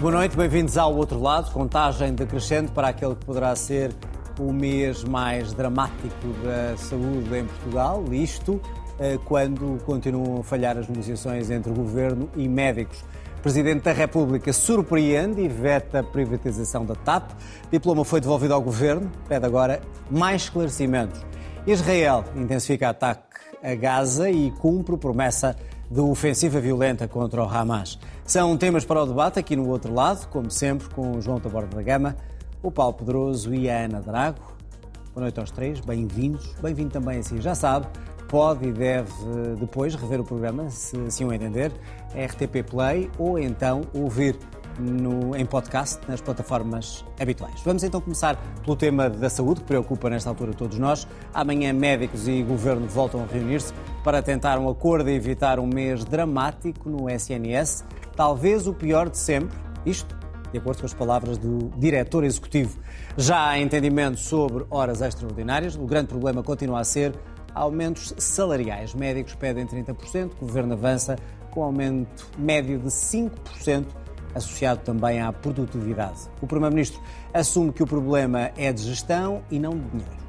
Boa noite, bem-vindos ao Outro Lado. Contagem decrescente para aquele que poderá ser o mês mais dramático da saúde em Portugal. Isto quando continuam a falhar as negociações entre o Governo e médicos. O Presidente da República surpreende e veta a privatização da TAP. O diploma foi devolvido ao Governo, pede agora mais esclarecimentos. Israel intensifica ataque a Gaza e cumpre promessa de ofensiva violenta contra o Hamas. São temas para o debate aqui no Outro Lado, como sempre, com o João Taborda da Gama, o Paulo Pedroso e a Ana Drago. Boa noite aos três, bem-vindos. Bem-vindo também, assim já sabe, pode e deve depois rever o programa, se assim o entender, RTP Play ou então ouvir em podcast nas plataformas habituais. Vamos então começar pelo tema da saúde, que preocupa nesta altura todos nós. Amanhã médicos e governo voltam a reunir-se para tentar um acordo e evitar um mês dramático no SNS, talvez o pior de sempre, isto de acordo com as palavras do diretor executivo. Já há entendimento sobre horas extraordinárias, o grande problema continua a ser aumentos salariais. Médicos pedem 30%, o governo avança com aumento médio de 5%, associado também à produtividade. O Primeiro-Ministro assume que o problema é de gestão e não de dinheiro.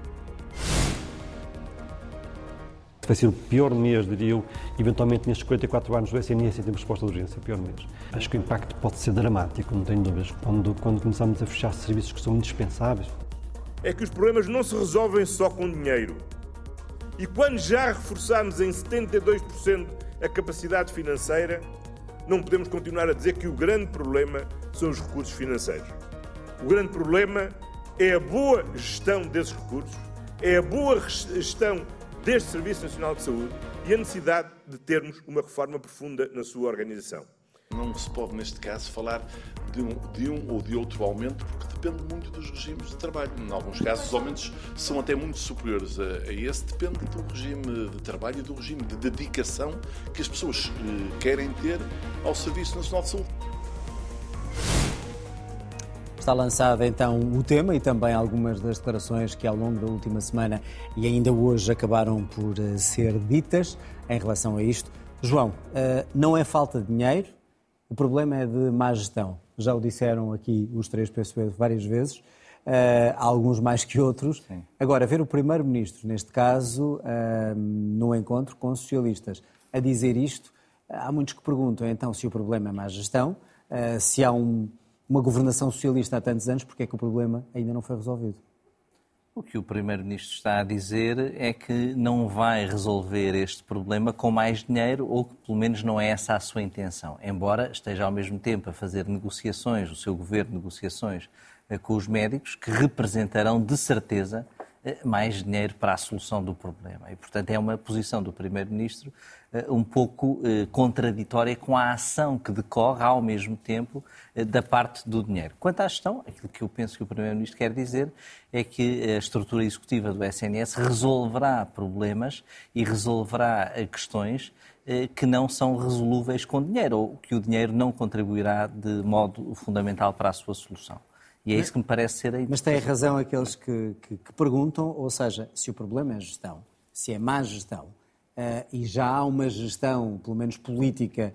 Vai ser o pior mês, diria eu, eventualmente nestes 44 anos do SNS em termos de resposta de urgência, o pior mês. Acho que o impacto pode ser dramático, não tenho dúvidas, quando começamos a fechar serviços que são indispensáveis. É que os problemas não se resolvem só com dinheiro. E quando já reforçamos em 72% a capacidade financeira, não podemos continuar a dizer que o grande problema são os recursos financeiros. O grande problema é a boa gestão desses recursos, é a boa gestão deste Serviço Nacional de Saúde e a necessidade de termos uma reforma profunda na sua organização. Não se pode, neste caso, falar de um ou de outro aumento, porque depende muito dos regimes de trabalho. Em alguns casos, os aumentos são até muito superiores a esse. Depende do regime de trabalho e do regime de dedicação que as pessoas querem ter ao Serviço Nacional de Saúde. Está lançado então o tema e também algumas das declarações que ao longo da última semana e ainda hoje acabaram por ser ditas em relação a isto. João, não é falta de dinheiro, o problema é de má gestão. Já o disseram aqui os três, penso eu, várias vezes, alguns mais que outros. Sim. Agora, ver o Primeiro-Ministro, neste caso, no encontro com os socialistas, a dizer isto, há muitos que perguntam então se o problema é má gestão, se há uma governação socialista há tantos anos, porque é que o problema ainda não foi resolvido? O que o Primeiro-Ministro está a dizer é que não vai resolver este problema com mais dinheiro, ou que pelo menos não é essa a sua intenção. Embora esteja ao mesmo tempo a fazer negociações, o seu governo negociações com os médicos, que representarão de certeza mais dinheiro para a solução do problema. E, portanto, é uma posição do Primeiro-Ministro um pouco contraditória com a ação que decorre ao mesmo tempo da parte do dinheiro. Quanto à gestão, aquilo que eu penso que o Primeiro-Ministro quer dizer é que a estrutura executiva do SNS resolverá problemas e resolverá questões que não são resolúveis com dinheiro, ou que o dinheiro não contribuirá de modo fundamental para a sua solução. E é isso que me parece ser a... Mas tem razão aqueles que perguntam, ou seja, se o problema é gestão, se é má gestão, e já há uma gestão, pelo menos política,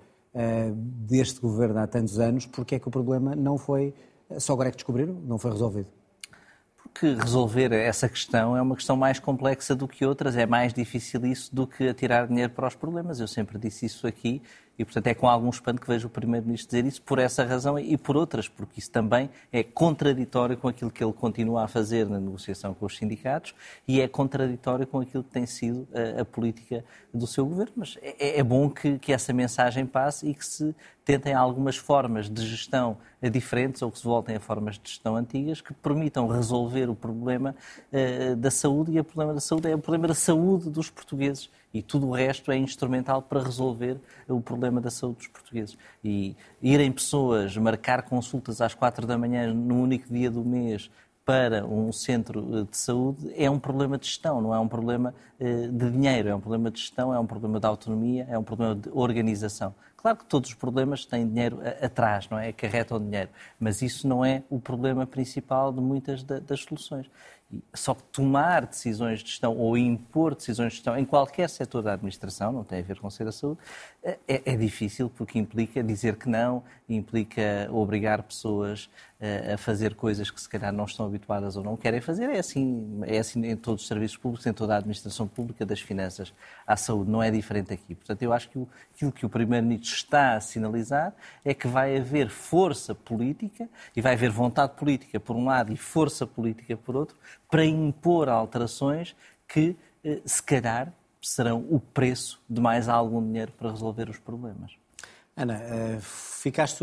deste governo há tantos anos, porque é que o problema não foi, só agora é que descobriram, não foi resolvido? Porque resolver essa questão é uma questão mais complexa do que outras, é mais difícil isso do que atirar dinheiro para os problemas. Eu sempre disse isso aqui e, portanto, é com algum espanto que vejo o Primeiro-Ministro dizer isso por essa razão e por outras, porque isso também é contraditório com aquilo que ele continua a fazer na negociação com os sindicatos e é contraditório com aquilo que tem sido a política do seu governo. Mas é bom que essa mensagem passe e que se tentem algumas formas de gestão diferentes ou que se voltem a formas de gestão antigas que permitam resolver o problema da saúde, e o problema da saúde é o problema da saúde dos portugueses e tudo o resto é instrumental para resolver o problema da saúde dos portugueses. E irem pessoas marcar consultas às 4 da manhã no único dia do mês para um centro de saúde é um problema de gestão, não é um problema de dinheiro, é um problema de gestão, é um problema de autonomia, é um problema de organização. Claro que todos os problemas têm dinheiro atrás, não é? Acarretam dinheiro, mas isso não é o problema principal de muitas das soluções. Só que tomar decisões de gestão ou impor decisões de gestão em qualquer setor da administração, não tem a ver com ser a saúde, é difícil porque implica dizer que não, implica obrigar pessoas a fazer coisas que se calhar não estão habituadas ou não querem fazer. É assim em todos os serviços públicos, em toda a administração pública, das finanças à saúde, não é diferente aqui. Portanto, eu acho que aquilo que o Primeiro-Ministro está a sinalizar é que vai haver força política e vai haver vontade política por um lado e força política por outro para impor alterações que, se calhar, serão o preço de mais algum dinheiro para resolver os problemas. Ana, ficaste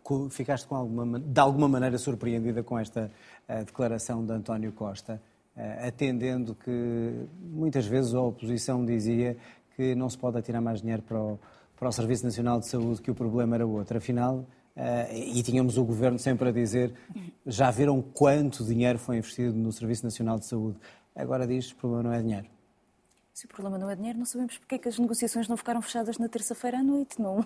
de alguma maneira surpreendida com esta declaração de António Costa, atendendo que muitas vezes a oposição dizia que não se pode atirar mais dinheiro para o Serviço Nacional de Saúde, que o problema era outro. Afinal, e tínhamos o Governo sempre a dizer, já viram quanto dinheiro foi investido no Serviço Nacional de Saúde. Agora diz que o problema não é dinheiro. Se o problema não é dinheiro, não sabemos porque é que as negociações não ficaram fechadas na terça-feira à noite, não?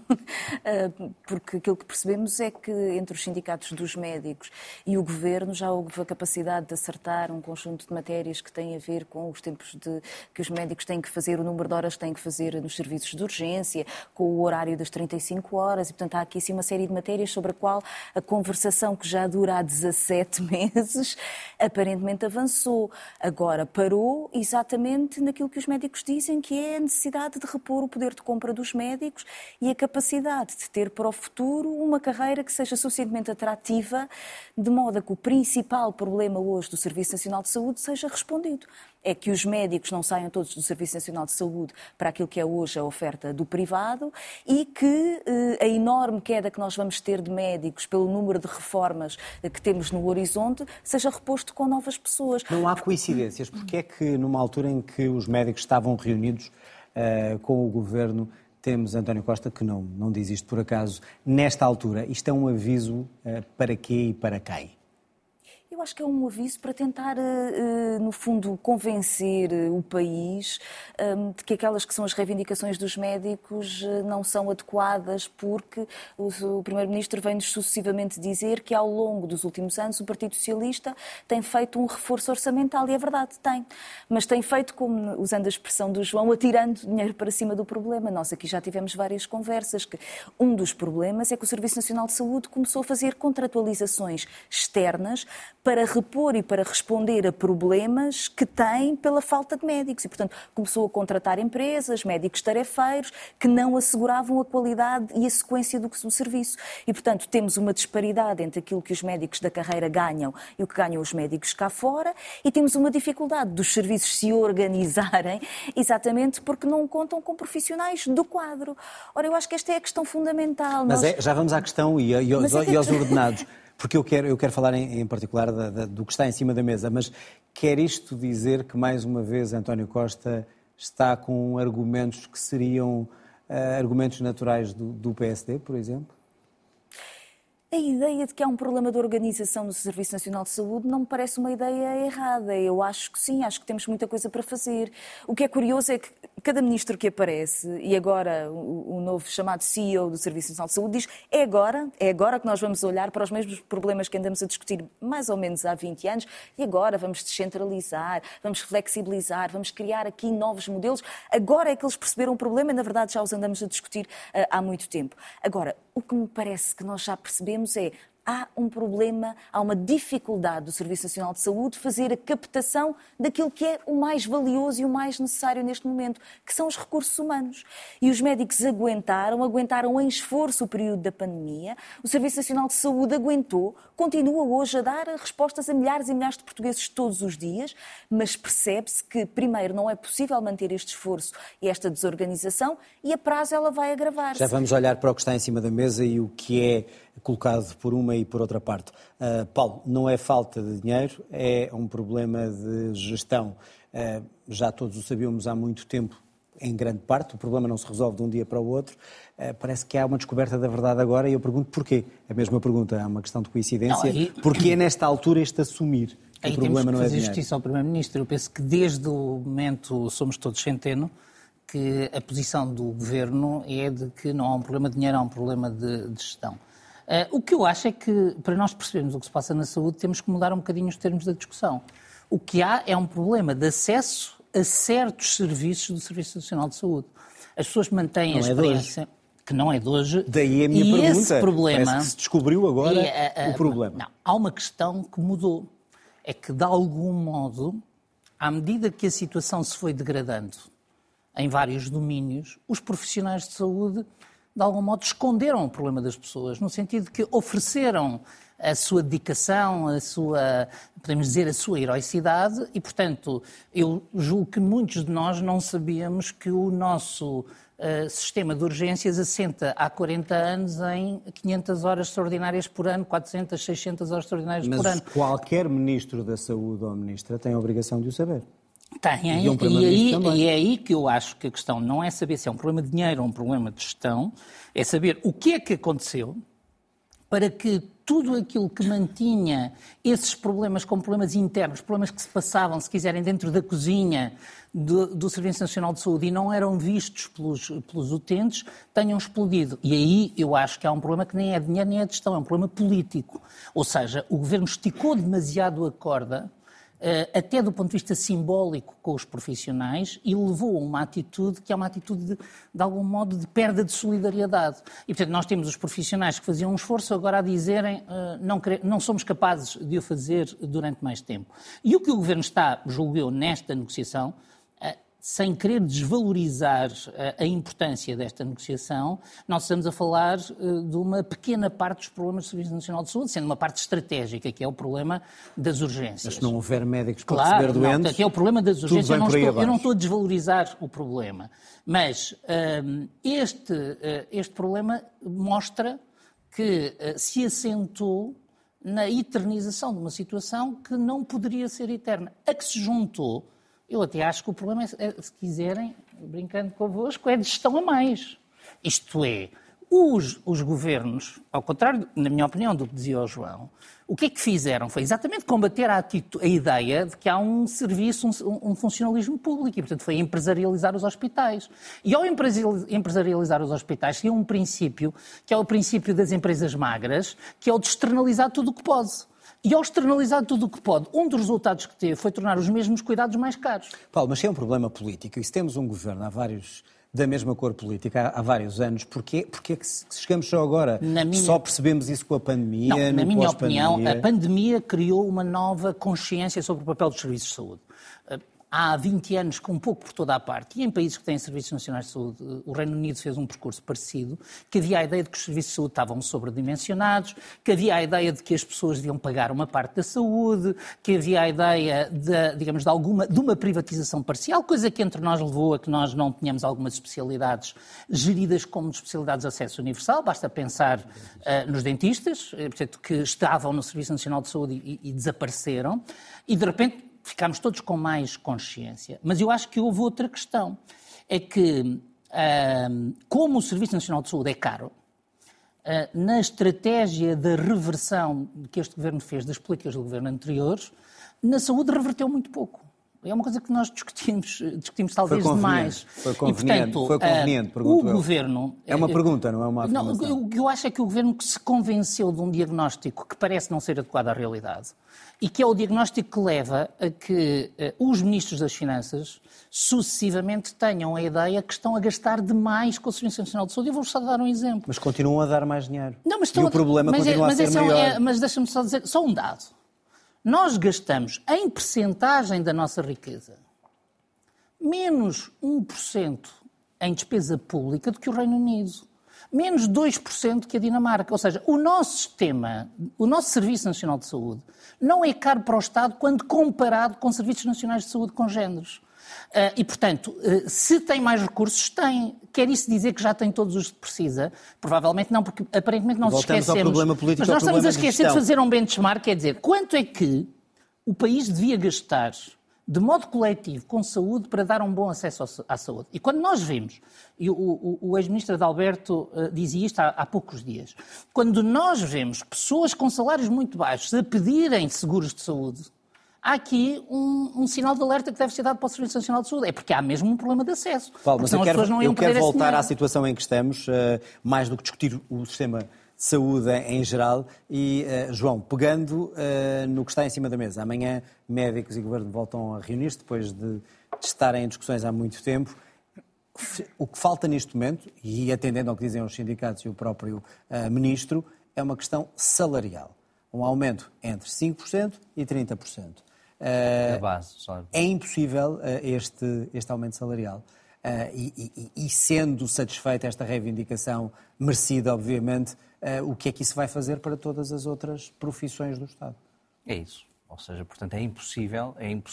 Porque aquilo que percebemos é que entre os sindicatos dos médicos e o Governo já houve a capacidade de acertar um conjunto de matérias que têm a ver com os tempos que os médicos têm que fazer, o número de horas que têm que fazer nos serviços de urgência, com o horário das 35 horas, e portanto há aqui sim uma série de matérias sobre a qual a conversação que já dura há 17 meses aparentemente avançou. Agora parou exatamente naquilo que os médicos dizem, que é a necessidade de repor o poder de compra dos médicos e a capacidade de ter para o futuro uma carreira que seja suficientemente atrativa, de modo a que o principal problema hoje do Serviço Nacional de Saúde seja respondido. É que os médicos não saiam todos do Serviço Nacional de Saúde para aquilo que é hoje a oferta do privado e que a enorme queda que nós vamos ter de médicos pelo número de reformas que temos no horizonte seja reposto com novas pessoas. Não há coincidências, porque é que numa altura em que os médicos estavam reunidos com o Governo, temos António Costa, que não diz isto por acaso, nesta altura, isto é um aviso para quê e para quem? Eu acho que é um aviso para tentar, no fundo, convencer o país de que aquelas que são as reivindicações dos médicos não são adequadas, porque o Primeiro-Ministro vem-nos sucessivamente dizer que ao longo dos últimos anos o Partido Socialista tem feito um reforço orçamental, e é verdade, tem. Mas tem feito, como usando a expressão do João, atirando dinheiro para cima do problema. Nós aqui já tivemos várias conversas que um dos problemas é que o Serviço Nacional de Saúde começou a fazer contratualizações externas para repor e para responder a problemas que tem pela falta de médicos. E, portanto, começou a contratar empresas, médicos tarefeiros, que não asseguravam a qualidade e a sequência do serviço. E, portanto, temos uma disparidade entre aquilo que os médicos da carreira ganham e o que ganham os médicos cá fora, e temos uma dificuldade dos serviços se organizarem exatamente porque não contam com profissionais do quadro. Ora, eu acho que esta é a questão fundamental. Mas já vamos à questão e aos ordenados. Porque eu quero falar em particular do que está em cima da mesa, mas quer isto dizer que, mais uma vez, António Costa está com argumentos que seriam argumentos naturais do PSD, por exemplo? A ideia de que há um problema de organização no Serviço Nacional de Saúde não me parece uma ideia errada. Eu acho que sim, acho que temos muita coisa para fazer. O que é curioso é que cada ministro que aparece, e agora o novo chamado CEO do Serviço Nacional de Saúde, diz é agora que nós vamos olhar para os mesmos problemas que andamos a discutir mais ou menos há 20 anos, e agora vamos descentralizar, vamos flexibilizar, vamos criar aqui novos modelos. Agora é que eles perceberam o problema e, na verdade, já os andamos a discutir há muito tempo. Agora, o que me parece que nós já percebemos é há um problema, há uma dificuldade do Serviço Nacional de Saúde fazer a captação daquilo que é o mais valioso e o mais necessário neste momento, que são os recursos humanos. E os médicos aguentaram em esforço o período da pandemia, o Serviço Nacional de Saúde aguentou, continua hoje a dar respostas a milhares e milhares de portugueses todos os dias, mas percebe-se que, primeiro, não é possível manter este esforço e esta desorganização, e a prazo ela vai agravar-se. Já vamos olhar para o que está em cima da mesa e o que é colocado por uma e por outra parte. Paulo, não é falta de dinheiro, é um problema de gestão. Já todos o sabíamos há muito tempo, em grande parte, o problema não se resolve de um dia para o outro. Parece que há uma descoberta da verdade agora e eu pergunto porquê. A mesma pergunta, é uma questão de coincidência. Porquê é nesta altura este assumir que o problema não é dinheiro? Aí temos que fazer justiça ao Primeiro-Ministro. Eu penso que desde o momento Somos Todos Centeno, que a posição do Governo é de que não há um problema de dinheiro, há um problema de gestão. O que eu acho é que, para nós percebermos o que se passa na saúde, temos que mudar um bocadinho os termos da discussão. O que há é um problema de acesso a certos serviços do Serviço Nacional de Saúde. As pessoas mantêm a experiência... Que não é de hoje. Daí a minha pergunta. Esse problema, parece que se descobriu agora o problema. Não, há uma questão que mudou. É que, de algum modo, à medida que a situação se foi degradando em vários domínios, os profissionais de saúde, de algum modo, esconderam o problema das pessoas, no sentido de que ofereceram a sua dedicação, podemos dizer, a sua heroicidade e, portanto, eu julgo que muitos de nós não sabíamos que o nosso sistema de urgências assenta há 40 anos em 500 horas extraordinárias por ano, 400, 600 horas extraordinárias por ano. Mas qualquer ministro da Saúde ou ministra tem a obrigação de o saber. Tem, e é aí que eu acho que a questão não é saber se é um problema de dinheiro ou um problema de gestão, é saber o que é que aconteceu para que tudo aquilo que mantinha esses problemas como problemas internos, problemas que se passavam, se quiserem, dentro da cozinha do Serviço Nacional de Saúde e não eram vistos pelos utentes, tenham explodido. E aí eu acho que há um problema que nem é dinheiro nem é de gestão, é um problema político. Ou seja, o Governo esticou demasiado a corda, até do ponto de vista simbólico com os profissionais, e levou a uma atitude que é uma atitude, de algum modo, de perda de solidariedade. E, portanto, nós temos os profissionais que faziam um esforço agora a dizerem não somos capazes de o fazer durante mais tempo. E o que o Governo está, julgo eu, nesta negociação, sem querer desvalorizar a importância desta negociação, nós estamos a falar de uma pequena parte dos problemas do Serviço Nacional de Saúde, sendo uma parte estratégica, que é o problema das urgências. Mas se não houver médicos para receber doentes... Que é o problema das urgências. Eu não estou a desvalorizar o problema. Mas este problema mostra que se assentou na eternização de uma situação que não poderia ser eterna. A que se juntou... Eu até acho que o problema é, se quiserem, brincando convosco, é de gestão a mais. Isto é, os governos, ao contrário, na minha opinião, do que dizia o João, o que é que fizeram? Foi exatamente combater a ideia de que há um serviço, um funcionalismo público, e, portanto, foi empresarializar os hospitais. E ao empresarializar os hospitais, tinha um princípio, que é o princípio das empresas magras, que é o de externalizar tudo o que pode. E ao externalizar tudo o que pode, um dos resultados que teve foi tornar os mesmos cuidados mais caros. Paulo, mas se é um problema político e se temos um governo da mesma cor política há vários anos, porquê é que chegamos só agora? Só percebemos isso com a pandemia? Não, na minha opinião, a pandemia criou uma nova consciência sobre o papel dos serviços de saúde. Há 20 anos, com um pouco por toda a parte, e em países que têm serviços nacionais de saúde, o Reino Unido fez um percurso parecido, que havia a ideia de que os serviços de saúde estavam sobredimensionados, que havia a ideia de que as pessoas deviam pagar uma parte da saúde, que havia a ideia de uma privatização parcial, coisa que entre nós levou a que nós não tenhamos algumas especialidades geridas como especialidades de acesso universal. Basta pensar nos dentistas, portanto, que estavam no Serviço Nacional de Saúde e desapareceram, e de repente ficámos todos com mais consciência. Mas eu acho que houve outra questão. É que, como o Serviço Nacional de Saúde é caro, na estratégia da reversão que este governo fez das políticas do governo anteriores, na saúde reverteu muito pouco. É uma coisa que nós discutimos talvez demais. Foi conveniente, pergunto o governo... É uma pergunta, não é uma afirmação. Não, o que eu acho é que o governo que se convenceu de um diagnóstico que parece não ser adequado à realidade e que é o diagnóstico que leva a que os ministros das Finanças sucessivamente tenham a ideia que estão a gastar demais com o Serviço Nacional de Saúde. Eu vou-vos só dar um exemplo. Mas continuam a dar mais dinheiro. Não, mas o problema continua a ser maior. Mas deixa-me só dizer, só um dado. Nós gastamos, em percentagem da nossa riqueza, menos 1% em despesa pública do que o Reino Unido. Menos 2% que a Dinamarca. Ou seja, o nosso sistema, o nosso Serviço Nacional de Saúde, não é caro para o Estado quando comparado com serviços nacionais de saúde congêneres. E, portanto, se tem mais recursos, tem. Quer isso dizer que já tem todos os que precisa? Provavelmente não, porque aparentemente não Voltamos se esquecemos. Ao problema político, mas nós estamos a esquecer de fazer um benchmark, quer dizer, quanto é que o país devia gastar de modo coletivo com saúde para dar um bom acesso à saúde. E quando nós vemos, e o ex-ministro Adalberto dizia isto há poucos dias, quando nós vemos pessoas com salários muito baixos a pedirem seguros de saúde, há aqui um sinal de alerta que deve ser dado para o Serviço Nacional de Saúde. É porque há mesmo um problema de acesso. Paulo, mas eu quero voltar à situação em que estamos, mais do que discutir o sistema saúde em geral. E, João, pegando no que está em cima da mesa, amanhã médicos e governo voltam a reunir-se depois de estarem em discussões há muito tempo. O que falta neste momento, e atendendo ao que dizem os sindicatos e o próprio ministro, é uma questão salarial. Um aumento entre 5% e 30%. A base, sabe? É impossível este aumento salarial. E sendo satisfeita esta reivindicação merecida, obviamente, o que é que isso vai fazer para todas as outras profissões do Estado? É isso. Ou seja, portanto, é impossível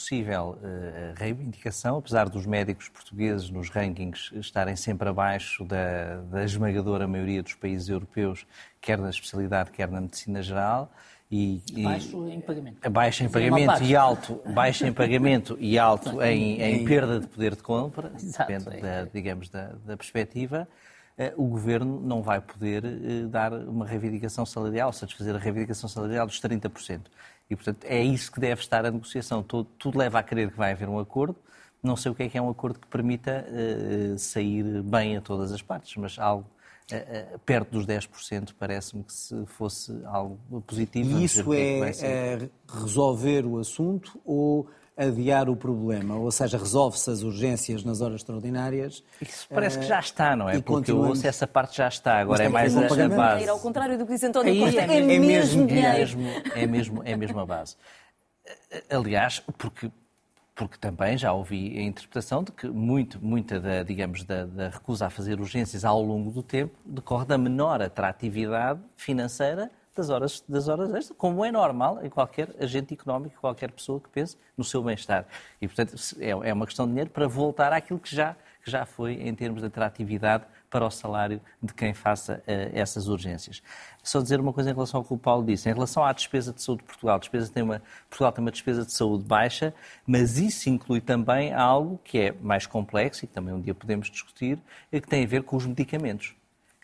a reivindicação, apesar dos médicos portugueses nos rankings estarem sempre abaixo da esmagadora maioria dos países europeus, quer na especialidade, quer na medicina geral. Baixo em pagamento. Baixo em pagamento e alto, baixo em pagamento e alto em perda de poder de compra, depende da perspectiva. O Governo não vai poder dar uma reivindicação salarial, satisfazer a reivindicação salarial dos 30%. E, portanto, é isso que deve estar a negociação. Tudo leva a crer que vai haver um acordo. Não sei o que é um acordo que permita sair bem a todas as partes, mas algo perto dos 10% parece-me que se fosse algo positivo. E isso é resolver o assunto ou adiar o problema? Ou seja, resolve-se as urgências nas horas extraordinárias? Isso parece que já está, não é? Porque eu ouço essa parte já está. Agora é mais a base. Ao contrário do que diz António Costa, é mesmo dinheiro. É mesmo a base. Aliás, porque também já ouvi a interpretação de que muita da recusa a fazer urgências ao longo do tempo decorre da menor atratividade financeira das horas extras, como é normal em qualquer agente económico, qualquer pessoa que pense no seu bem-estar. E, portanto, é uma questão de dinheiro para voltar àquilo que já foi em termos de atratividade para o salário de quem faça essas urgências. Só dizer uma coisa em relação ao que o Paulo disse. Em relação à despesa de saúde de Portugal, Portugal tem uma despesa de saúde baixa, mas isso inclui também algo que é mais complexo e que também um dia podemos discutir, que tem a ver com os medicamentos.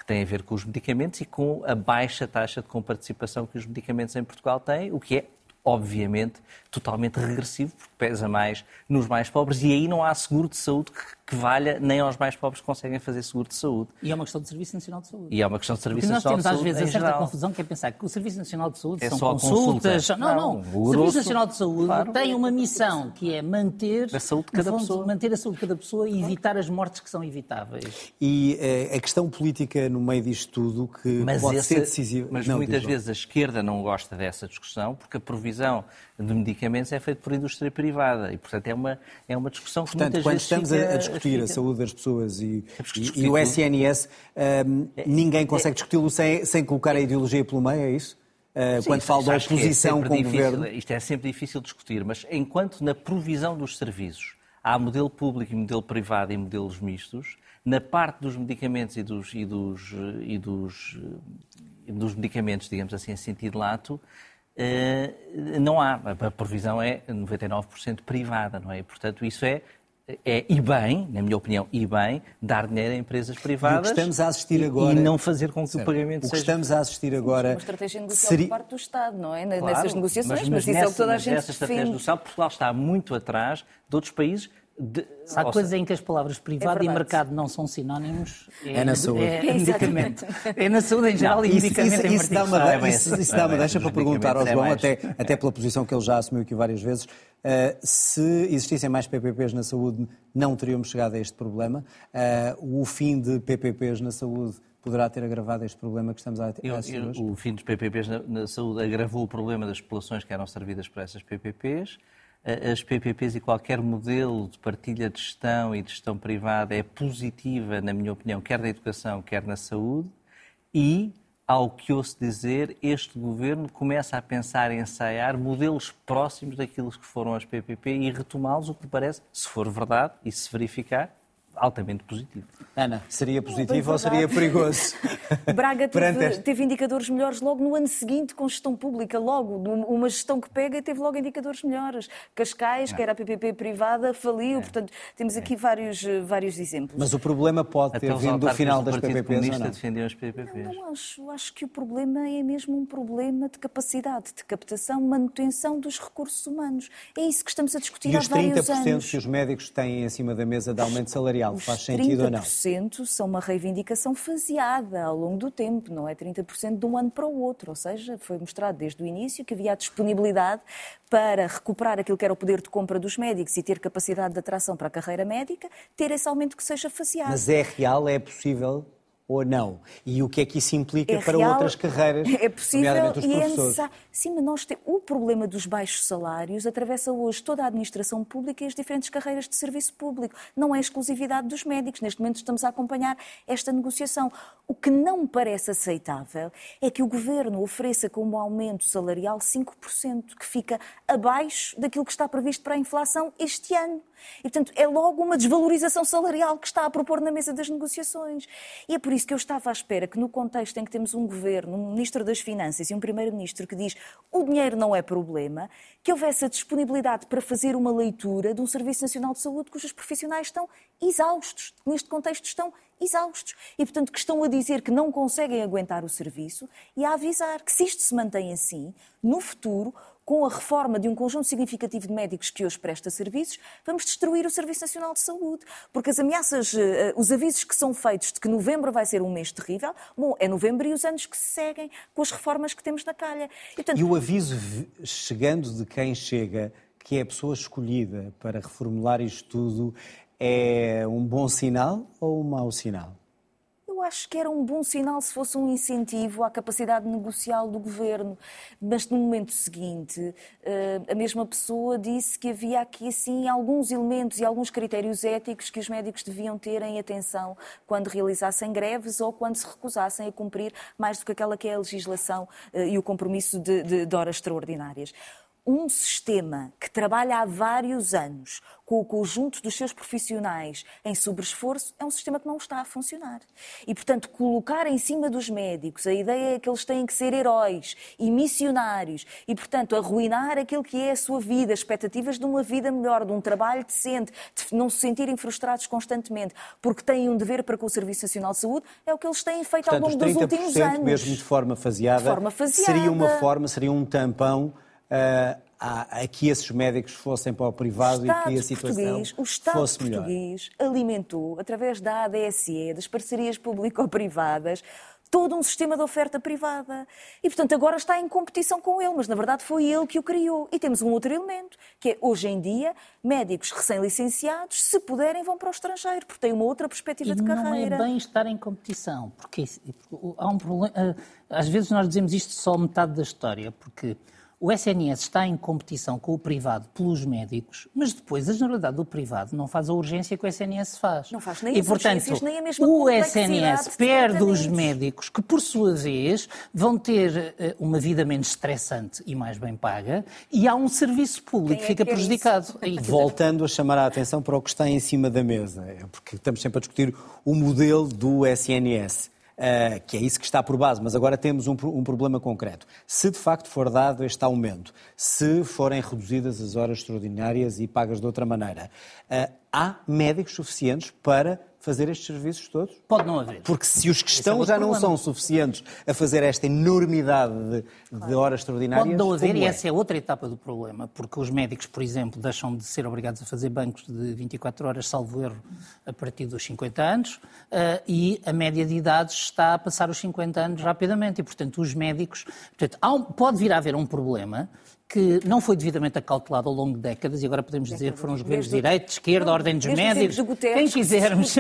E com a baixa taxa de comparticipação que os medicamentos em Portugal têm, o que é, obviamente, totalmente regressivo, porque pesa mais nos mais pobres e aí não há seguro de saúde que valha, nem aos mais pobres que conseguem fazer seguro de saúde. E é uma questão de Serviço Nacional de Saúde. Porque nós temos às vezes a certa geral. confusão que é pensar que o Serviço Nacional de Saúde são só consultas. Não. O Serviço Nacional de Saúde tem uma missão que é manter a saúde de cada pessoa. Manter a saúde de cada pessoa e evitar as mortes que são evitáveis. E a questão política no meio disto tudo que pode ser decisiva. Mas muitas vezes a esquerda não gosta dessa discussão porque a provisão de medicamentos é feita por indústria privada e, portanto, é uma discussão que muitas vezes quando estamos a discutir a saúde das pessoas e o SNS, ninguém consegue discuti-lo sem colocar a ideologia pelo meio, é isso? Quando fala da oposição com o governo. Isto é sempre difícil discutir, mas enquanto na provisão dos serviços há modelo público e modelo privado e modelos mistos, na parte dos medicamentos e dos medicamentos, digamos assim, em sentido lato, não há. A provisão é 99% privada, não é? E, portanto, isso e bem, na minha opinião, dar dinheiro a empresas privadas e o que estamos a assistir agora, e não fazer com que o pagamento seja... O que estamos a assistir agora... Uma estratégia negocial por parte do Estado, não é? Claro, nessas negociações, mas isso é o que toda a gente defende. Estratégia negocial, Portugal está muito atrás de outros países. Há coisas em que as palavras privado e mercado não são sinónimos. É na saúde. É medicamento. É na saúde em geral e medicamento em particular. Isso dá uma deixa para perguntar ao João, até pela posição que ele já assumiu aqui várias vezes, se existissem mais PPPs na saúde, não teríamos chegado a este problema. O fim de PPPs na saúde poderá ter agravado este problema que estamos a assistir hoje? O fim dos PPPs na saúde agravou o problema das populações que eram servidas por essas PPPs. As PPPs e qualquer modelo de partilha de gestão e de gestão privada é positiva, na minha opinião, quer na educação, quer na saúde. E, ao que ouço dizer, este governo começa a pensar em ensaiar modelos próximos daquilo que foram as PPP e retomá-los, o que me parece, se for verdade e se verificar, altamente positivo. Ana, seria positivo ou seria perigoso? Braga teve indicadores melhores logo no ano seguinte com gestão pública, logo. Uma gestão que pega teve logo indicadores melhores. Cascais, que era a PPP privada, faliu. Portanto, temos aqui vários exemplos. Mas o problema pode ter vindo do final das PPPs ou não? Defendiam as PPPs. Não acho que o problema é mesmo um problema de capacidade, de captação, manutenção dos recursos humanos. É isso que estamos a discutir há vários anos. E os 30% que os médicos têm em cima da mesa de aumento salarial real, faz sentido ou não? Os 30% são uma reivindicação faseada ao longo do tempo, não é 30% de um ano para o outro, ou seja, foi mostrado desde o início que havia a disponibilidade para recuperar aquilo que era o poder de compra dos médicos e ter capacidade de atração para a carreira médica, ter esse aumento que seja faseado. Mas é real, é possível ou não? E o que é que isso implica para real, outras carreiras, é possível nomeadamente os e professores? É necessário. Sim, mas o problema dos baixos salários atravessa hoje toda a administração pública e as diferentes carreiras de serviço público. Não é exclusividade dos médicos. Neste momento estamos a acompanhar esta negociação. O que não me parece aceitável é que o Governo ofereça como aumento salarial 5%, que fica abaixo daquilo que está previsto para a inflação este ano. E, portanto, é logo uma desvalorização salarial que está a propor na mesa das negociações. E é por isso que eu estava à espera que, no contexto em que temos um Governo, um Ministro das Finanças e um Primeiro-Ministro que diz o dinheiro não é problema, que houvesse a disponibilidade para fazer uma leitura de um Serviço Nacional de Saúde cujos profissionais estão exaustos. Neste contexto estão exaustos. E, portanto, que estão a dizer que não conseguem aguentar o serviço e a avisar que, se isto se mantém assim, no futuro, com a reforma de um conjunto significativo de médicos que hoje presta serviços, vamos destruir o Serviço Nacional de Saúde. Porque as ameaças, os avisos que são feitos de que novembro vai ser um mês terrível, bom, é novembro e os anos que se seguem com as reformas que temos na calha. E o aviso chegando de quem chega, que é a pessoa escolhida para reformular isto tudo, é um bom sinal ou um mau sinal? Eu acho que era um bom sinal se fosse um incentivo à capacidade negocial do Governo. Mas no momento seguinte, a mesma pessoa disse que havia aqui, assim, alguns elementos e alguns critérios éticos que os médicos deviam ter em atenção quando realizassem greves ou quando se recusassem a cumprir mais do que aquela que é a legislação e o compromisso de horas extraordinárias. Um sistema que trabalha há vários anos com o conjunto dos seus profissionais em sobreesforço é um sistema que não está a funcionar. E, portanto, colocar em cima dos médicos a ideia é que eles têm que ser heróis e missionários e, portanto, arruinar aquilo que é a sua vida, expectativas de uma vida melhor, de um trabalho decente, de não se sentirem frustrados constantemente porque têm um dever para com o Serviço Nacional de Saúde, é o que eles têm feito, portanto, ao longo dos últimos anos. Mesmo de forma faseada, seria um tampão a que esses médicos fossem para o privado e que a situação fosse melhor. O Estado português alimentou, através da ADSE, das parcerias público-privadas, todo um sistema de oferta privada. E, portanto, agora está em competição com ele, mas, na verdade, foi ele que o criou. E temos um outro elemento, que é, hoje em dia, médicos recém-licenciados, se puderem, vão para o estrangeiro, porque têm uma outra perspectiva de carreira. Não é bem estar em competição, porque há um problema. Às vezes nós dizemos isto só metade da história, porque o SNS está em competição com o privado pelos médicos, mas depois a generalidade do privado não faz a urgência que o SNS faz. Não faz nem as urgências, nem a mesma o SNS perde os médicos que, por sua vez, vão ter uma vida menos estressante e mais bem paga, e há um serviço público que fica prejudicado. Voltando a chamar a atenção para o que está em cima da mesa, porque estamos sempre a discutir o modelo do SNS. Que é isso que está por base, mas agora temos um problema concreto. Se de facto for dado este aumento, se forem reduzidas as horas extraordinárias e pagas de outra maneira, há médicos suficientes para fazer estes serviços todos? Pode não haver. Porque se os que estão já não são suficientes a fazer esta enormidade de horas extraordinárias... Pode não haver, e essa é outra etapa do problema, porque os médicos, por exemplo, deixam de ser obrigados a fazer bancos de 24 horas, salvo erro, a partir dos 50 anos, e a média de idades está a passar os 50 anos rapidamente, e, portanto, os médicos... Portanto, pode vir a haver um problema que não foi devidamente acautelado ao longo de décadas, e agora podemos dizer que foram os governos de direita, de esquerda, a ordem dos médicos, quem quisermos.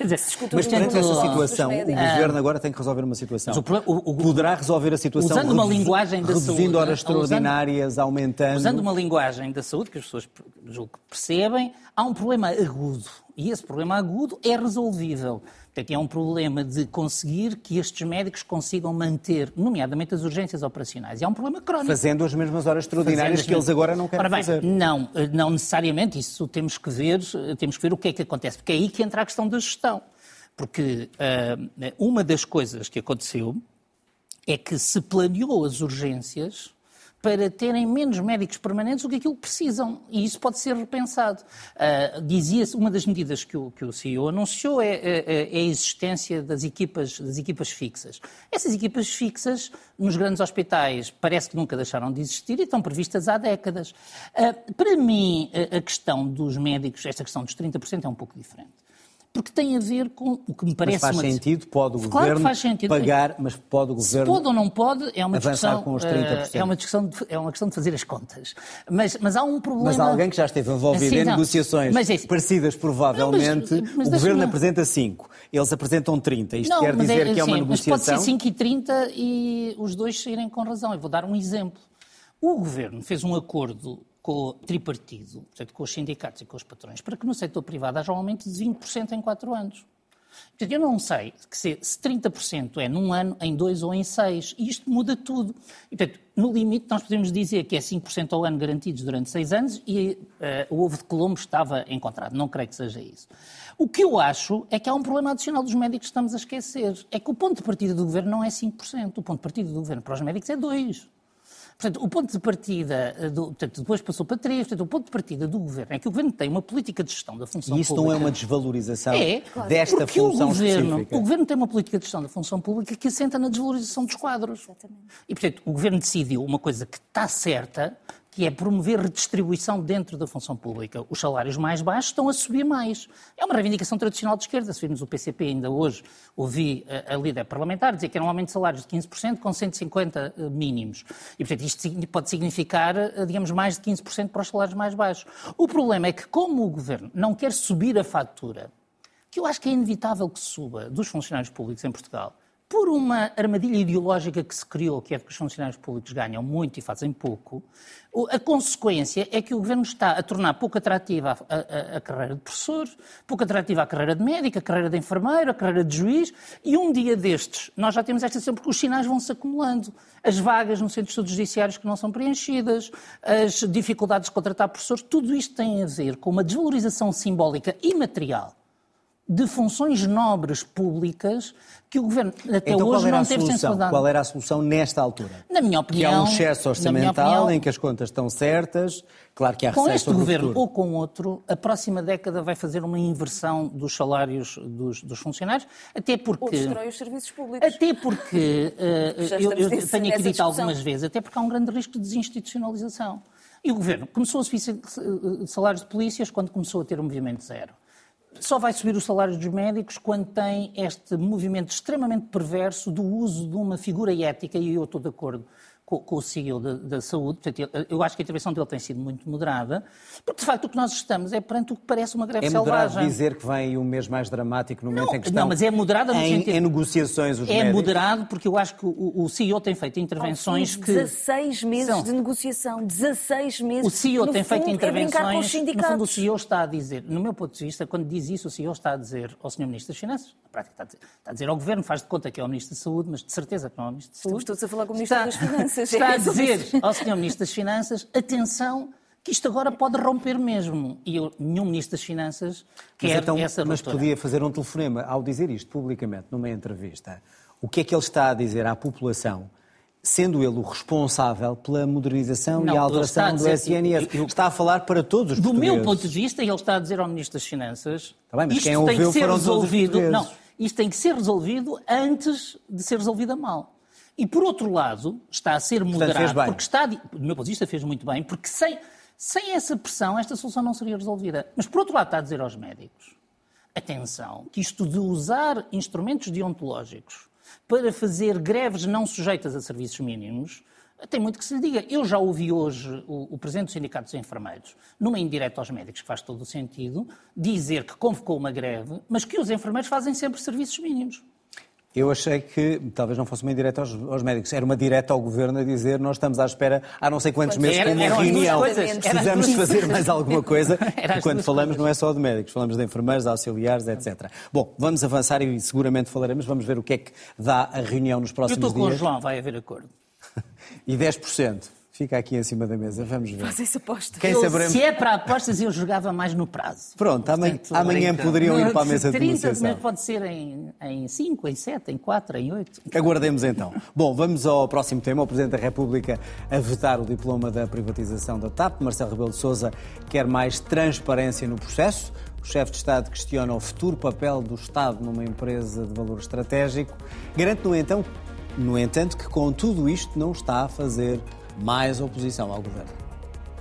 Mas perante essa situação, o Governo agora tem que resolver uma situação. Poderá resolver a situação usando uma linguagem da reduzindo saúde, horas extraordinárias, aumentando... Usando uma linguagem da saúde, que as pessoas julgo que percebem, há um problema agudo, e esse problema agudo é resolvível. Portanto, é um problema de conseguir que estes médicos consigam manter, nomeadamente, as urgências operacionais. E há um problema crónico. Fazendo as mesmas horas extraordinárias que eles agora não querem fazer. Não necessariamente. Isso temos que ver o que é que acontece. Porque é aí que entra a questão da gestão. Porque uma das coisas que aconteceu é que se planeou as urgências para terem menos médicos permanentes do que aquilo que precisam. E isso pode ser repensado. Dizia-se, uma das medidas que o CEO anunciou é a existência das equipas fixas. Essas equipas fixas, nos grandes hospitais, parece que nunca deixaram de existir e estão previstas há décadas. Para mim, a questão dos médicos, esta questão dos 30% é um pouco diferente. porque tem a ver com o que me parece... Mas faz sentido, pode o claro Governo que faz sentido. pagar, mas pode o Governo... Se pode ou não pode, é uma discussão... com os 30%. É uma questão de fazer as contas. Mas há um problema... Mas alguém que já esteve envolvido em negociações parecidas, provavelmente, o Governo apresenta 5, eles apresentam 30. Isto quer dizer que é uma negociação... Mas pode ser 5 e 30 e os dois saírem com razão. Eu vou dar um exemplo. O Governo fez um acordo com o tripartido, portanto, com os sindicatos e com os patrões, para que no setor privado haja um aumento de 20% em 4 anos. Portanto, eu não sei se 30% é num ano, em 2 ou em 6, e isto muda tudo. E, portanto, no limite, nós podemos dizer que é 5% ao ano garantidos durante 6 anos e o ovo de Colombo estava encontrado. Não creio que seja isso. O que eu acho é que há um problema adicional dos médicos que estamos a esquecer. É que o ponto de partida do Governo não é 5%. O ponto de partida do Governo para os médicos é 2%. Portanto, o ponto de partida, depois passou para 3, portanto, o ponto de partida do Governo é que o Governo tem uma política de gestão da função pública. E isso não é uma desvalorização desta função específica? O Governo tem uma política de gestão da função pública que assenta na desvalorização dos quadros. Exatamente. E, portanto, o Governo decidiu uma coisa que está certa, que é promover redistribuição dentro da função pública. Os salários mais baixos estão a subir mais. É uma reivindicação tradicional de esquerda. Se virmos o PCP ainda hoje, ouvi a líder parlamentar dizer que era um aumento de salários de 15% com 150 mínimos. E, portanto, isto pode significar, digamos, mais de 15% para os salários mais baixos. O problema é que, como o Governo não quer subir a fatura, que eu acho que é inevitável que suba, dos funcionários públicos em Portugal, por uma armadilha ideológica que se criou, que é de que os funcionários públicos ganham muito e fazem pouco, a consequência é que o Governo está a tornar pouco atrativa a carreira de professor, pouco atrativa a carreira de médico, a carreira de enfermeiro, a carreira de juiz, e um dia destes, nós já temos esta situação, porque os sinais vão-se acumulando. As vagas nos centros judiciários que não são preenchidas, as dificuldades de contratar professores, tudo isto tem a ver com uma desvalorização simbólica e material de funções nobres públicas que o Governo até então, hoje não teve sensibilidade. Qual era a solução nesta altura? Na minha opinião... Que há um excesso orçamental em que as contas estão certas, claro que há com receios este Governo ou com outro, a próxima década vai fazer uma inversão dos salários dos funcionários, até porque... Ou destrói os serviços públicos. Até porque, eu tenho aqui dito algumas vezes, até porque há um grande risco de desinstitucionalização. E o Governo começou a subir salários de polícias quando começou a ter um movimento zero. Só vai subir os salários dos médicos quando tem este movimento extremamente perverso do uso de uma figura ética, e eu estou de acordo com o CEO da Saúde. Portanto, eu acho que a intervenção dele tem sido muito moderada, porque de facto o que nós estamos é perante o que parece uma greve selvagem. É moderado dizer que vem aí um mês mais dramático no momento em que estão não, mas é moderado no sentido... em negociações os médicos. É moderado porque eu acho que o CEO tem feito intervenções que... 16 meses de negociação, 16 meses... O CEO tem feito intervenções... No fundo, o CEO está a dizer, no meu ponto de vista, quando diz isso, o CEO está a dizer ao Sr. Ministro das Finanças, na prática está a dizer ao Governo, faz de conta que é o Ministro da Saúde, mas de certeza que não é o Ministro da Saúde. Estamos todos a falar com o Ministro das Finanças. Está a dizer ao Sr. Ministro das Finanças, atenção, que isto agora pode romper mesmo. E nenhum Ministro das Finanças quer essa ruptura. Mas podia fazer um telefonema ao dizer isto publicamente, numa entrevista. O que é que ele está a dizer à população, sendo ele o responsável pela modernização e a alteração do SNS? Está a falar para todos os portugueses. Do meu ponto de vista, ele está a dizer ao Ministro das Finanças... Está bem, mas isto quem ouviu foram resolvido. Não, isto tem que ser resolvido antes de ser resolvido a mal. E, por outro lado, está a ser moderado, porque está, do meu ponto de vista, fez muito bem, porque sem essa pressão esta solução não seria resolvida. Mas, por outro lado, está a dizer aos médicos, atenção, que isto de usar instrumentos deontológicos para fazer greves não sujeitas a serviços mínimos, tem muito que se lhe diga. Eu já ouvi hoje o Presidente do Sindicato dos Enfermeiros, numa indireta aos médicos, que faz todo o sentido, dizer que convocou uma greve, mas que os enfermeiros fazem sempre serviços mínimos. Eu achei que talvez não fosse uma indireta aos médicos, era uma direta ao Governo a dizer nós estamos à espera há não sei quantos meses para uma reunião. Precisamos de fazer mais alguma coisa. E quando falamos não é só de médicos, falamos de enfermeiros, auxiliares, etc. Bom, vamos avançar e seguramente falaremos, vamos ver o que é que dá a reunião nos próximos dias. Eu estou com o João, vai haver acordo. E 10%. Fica aqui em cima da mesa, vamos ver. Faz essa aposta. Se é para apostas, eu jogava mais no prazo. Pronto, portanto, amanhã poderiam ir para a mesa de negociação. Mas pode ser em 5, em 7, em 4, em 8. Aguardemos então. Bom, vamos ao próximo tema. O Presidente da República a vetar o diploma da privatização da TAP. Marcelo Rebelo de Sousa quer mais transparência no processo. O chefe de Estado questiona o futuro papel do Estado numa empresa de valor estratégico. Garante, no entanto, que com tudo isto não está a fazer mais oposição ao Governo.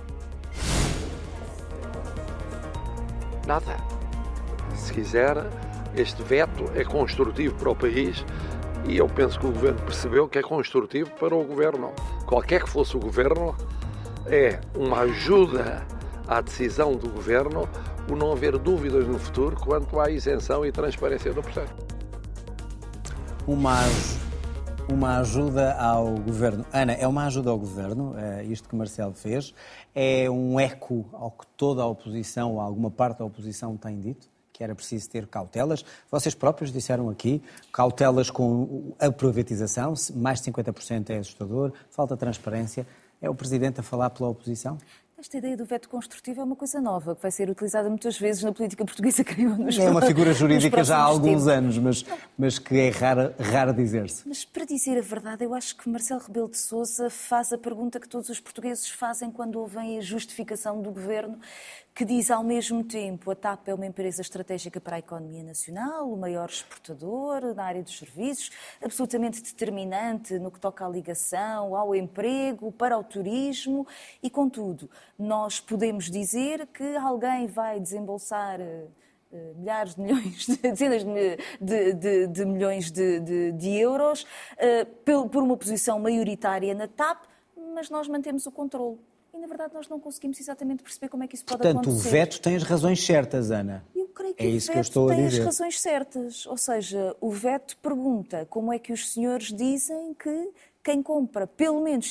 Nada. Se quiser, Este veto é construtivo para o país e eu penso que o Governo percebeu que é construtivo para o Governo. Qualquer que fosse o Governo, é uma ajuda à decisão do Governo o não haver dúvidas no futuro quanto à isenção e transparência do processo. Uma ajuda ao Governo. Ana, é uma ajuda ao Governo, isto que Marcelo fez? É um eco ao que toda a oposição, ou alguma parte da oposição tem dito? Que era preciso ter cautelas. Vocês próprios disseram aqui, cautelas com a privatização, mais de 50% é assustador, falta transparência. É o Presidente a falar pela oposição? Esta ideia do veto construtivo é uma coisa nova, que vai ser utilizada muitas vezes na política portuguesa, creio. É uma figura jurídica já há alguns anos, mas que é raro dizer-se. Mas, para dizer a verdade, eu acho que Marcelo Rebelo de Sousa faz a pergunta que todos os portugueses fazem quando ouvem a justificação do Governo, que diz ao mesmo tempo a TAP é uma empresa estratégica para a economia nacional, o maior exportador na área dos serviços, absolutamente determinante no que toca à ligação, ao emprego, para o turismo e, contudo, nós podemos dizer que alguém vai desembolsar milhares de milhões, dezenas de milhões de euros por uma posição maioritária na TAP, mas nós mantemos o controle. E, na verdade, nós não conseguimos exatamente perceber como é que isso pode acontecer. Portanto, o veto tem as razões certas, Ana. Eu creio que é isso que eu estou a dizer. Tem as razões certas. Ou seja, o veto pergunta como é que os senhores dizem que quem compra pelo menos